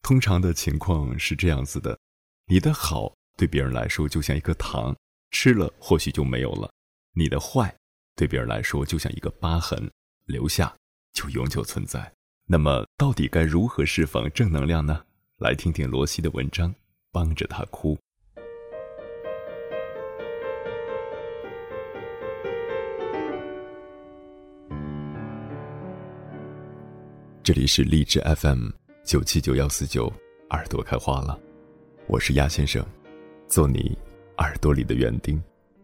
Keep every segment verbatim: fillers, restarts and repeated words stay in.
通常的情况是这样子的，你的好对别人来说就像一颗糖，吃了或许就没有了；你的坏对别人来说就像一个疤痕，留下就永久存在。那么到底该如何释放正能量呢？来听听罗西的文章，帮着他哭。这里是荔枝 F M 九七九幺四九，耳朵开花了，我是鸭先生，做你耳朵里的园丁。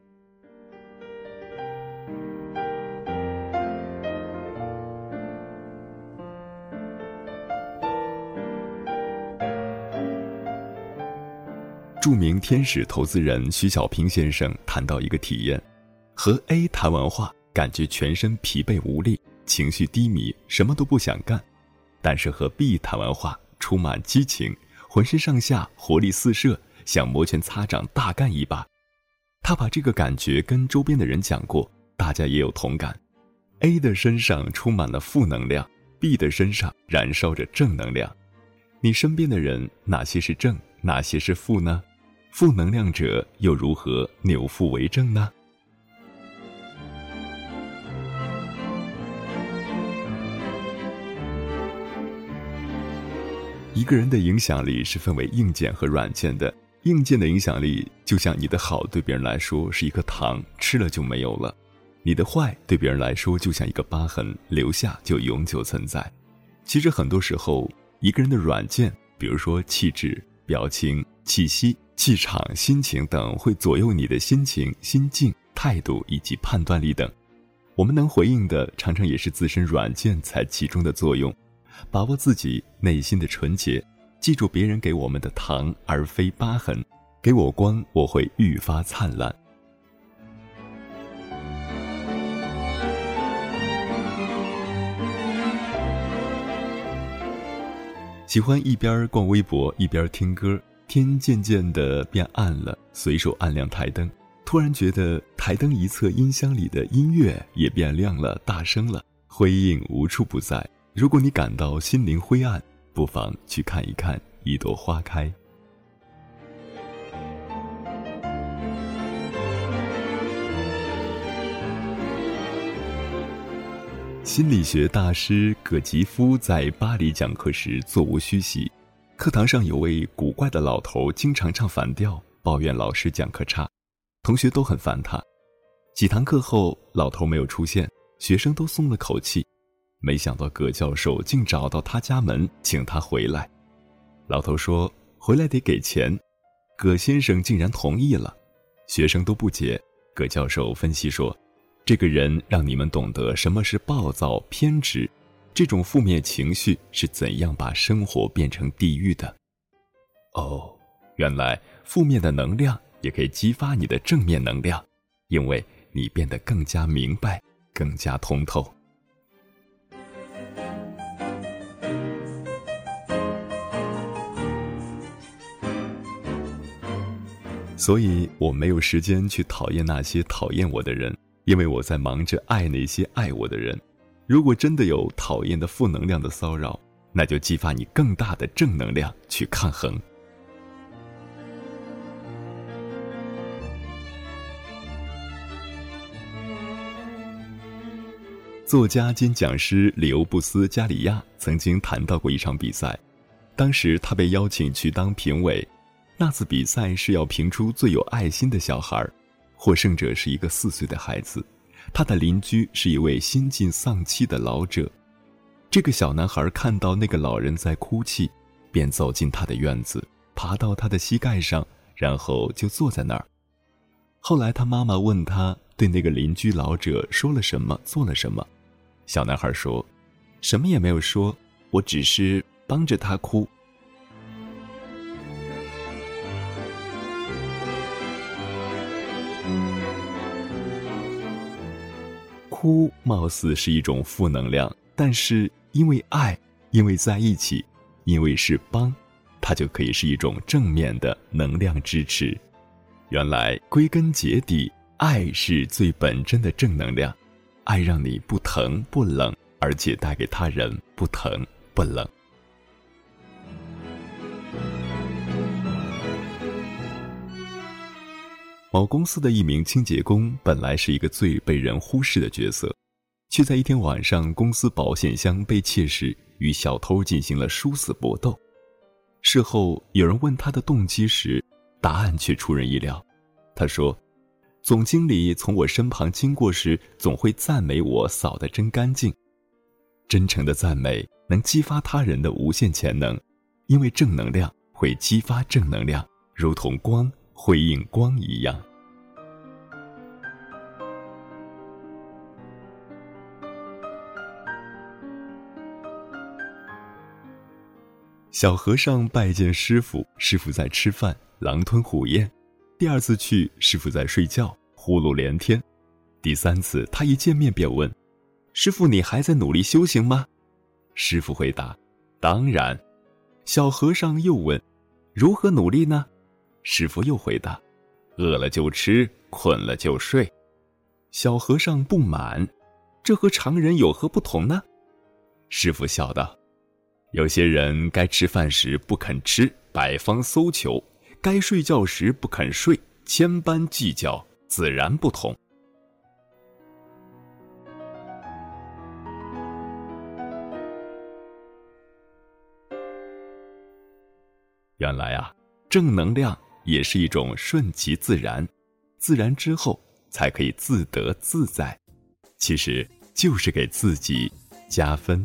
著名天使投资人徐小平先生谈到一个体验，和 A 谈完话，感觉全身疲惫无力，情绪低迷，什么都不想干。但是和 B 谈完话，充满激情，浑身上下活力四射，想摩拳擦掌大干一把。他把这个感觉跟周边的人讲过，大家也有同感。 A 的身上充满了负能量， B 的身上燃烧着正能量。你身边的人哪些是正，哪些是负呢？负能量者又如何扭负为正呢？一个人的影响力是分为硬件和软件的。硬件的影响力就像你的好对别人来说是一颗糖，吃了就没有了；你的坏对别人来说就像一个疤痕，留下就永久存在。其实很多时候，一个人的软件，比如说气质、表情、气息、气场、心情等，会左右你的心情、心境、态度以及判断力等。我们能回应的常常也是自身软件才起中的作用。把握自己内心的纯洁，记住别人给我们的糖而非疤痕，给我光，我会愈发灿烂。喜欢一边逛微博一边听歌，天渐渐地变暗了，随手按亮台灯，突然觉得台灯一侧音箱里的音乐也变亮了，大声了，辉映无处不在。如果你感到心灵灰暗，不妨去看一看一朵花开。心理学大师葛吉夫在巴黎讲课时座无虚席，课堂上有位古怪的老头经常唱反调，抱怨老师讲课差，同学都很烦他。几堂课后，老头没有出现，学生都松了口气。没想到葛教授竟找到他家门，请他回来。老头说回来得给钱，葛先生竟然同意了。学生都不解，葛教授分析说，这个人让你们懂得什么是暴躁偏执，这种负面情绪是怎样把生活变成地狱的。哦，原来负面的能量也可以激发你的正面能量，因为你变得更加明白，更加通透。所以我没有时间去讨厌那些讨厌我的人，因为我在忙着爱那些爱我的人。如果真的有讨厌的负能量的骚扰，那就激发你更大的正能量去抗衡。作家兼讲师里欧布斯加里亚曾经谈到过一场比赛，当时他被邀请去当评委。那次比赛是要评出最有爱心的小孩，获胜者是一个四岁的孩子，他的邻居是一位新近丧妻的老者。这个小男孩看到那个老人在哭泣，便走进他的院子，爬到他的膝盖上，然后就坐在那儿。后来他妈妈问他对那个邻居老者说了什么，做了什么。小男孩说，什么也没有说，我只是帮着他哭。哭貌似是一种负能量，但是因为爱，因为在一起，因为是帮，它就可以是一种正面的能量支持。原来归根结底，爱是最本真的正能量，爱让你不疼不冷，而且带给他人不疼不冷。 某公司的一名清洁工本来是一个最被人忽视的角色，却在一天晚上公司保险箱被窃时与小偷进行了殊死搏斗。事后有人问他的动机时，答案却出人意料。他说，总经理从我身旁经过时总会赞美我扫得真干净。真诚的赞美能激发他人的无限潜能，因为正能量会激发正能量，如同光回应光一样。小和尚拜见师傅，师傅在吃饭，狼吞虎咽。第二次去，师傅在睡觉，呼噜连天。第三次，他一见面便问，师傅，你还在努力修行吗？师傅回答，当然。小和尚又问，如何努力呢？师傅又回答，饿了就吃，困了就睡。小和尚不满，这和常人有何不同呢？师傅笑道，有些人该吃饭时不肯吃，百方搜求，该睡觉时不肯睡，千般计较，自然不同。原来啊，正能量也是一种顺其自然，自然之后才可以自得自在，其实就是给自己加分。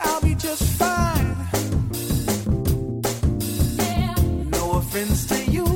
Friends to you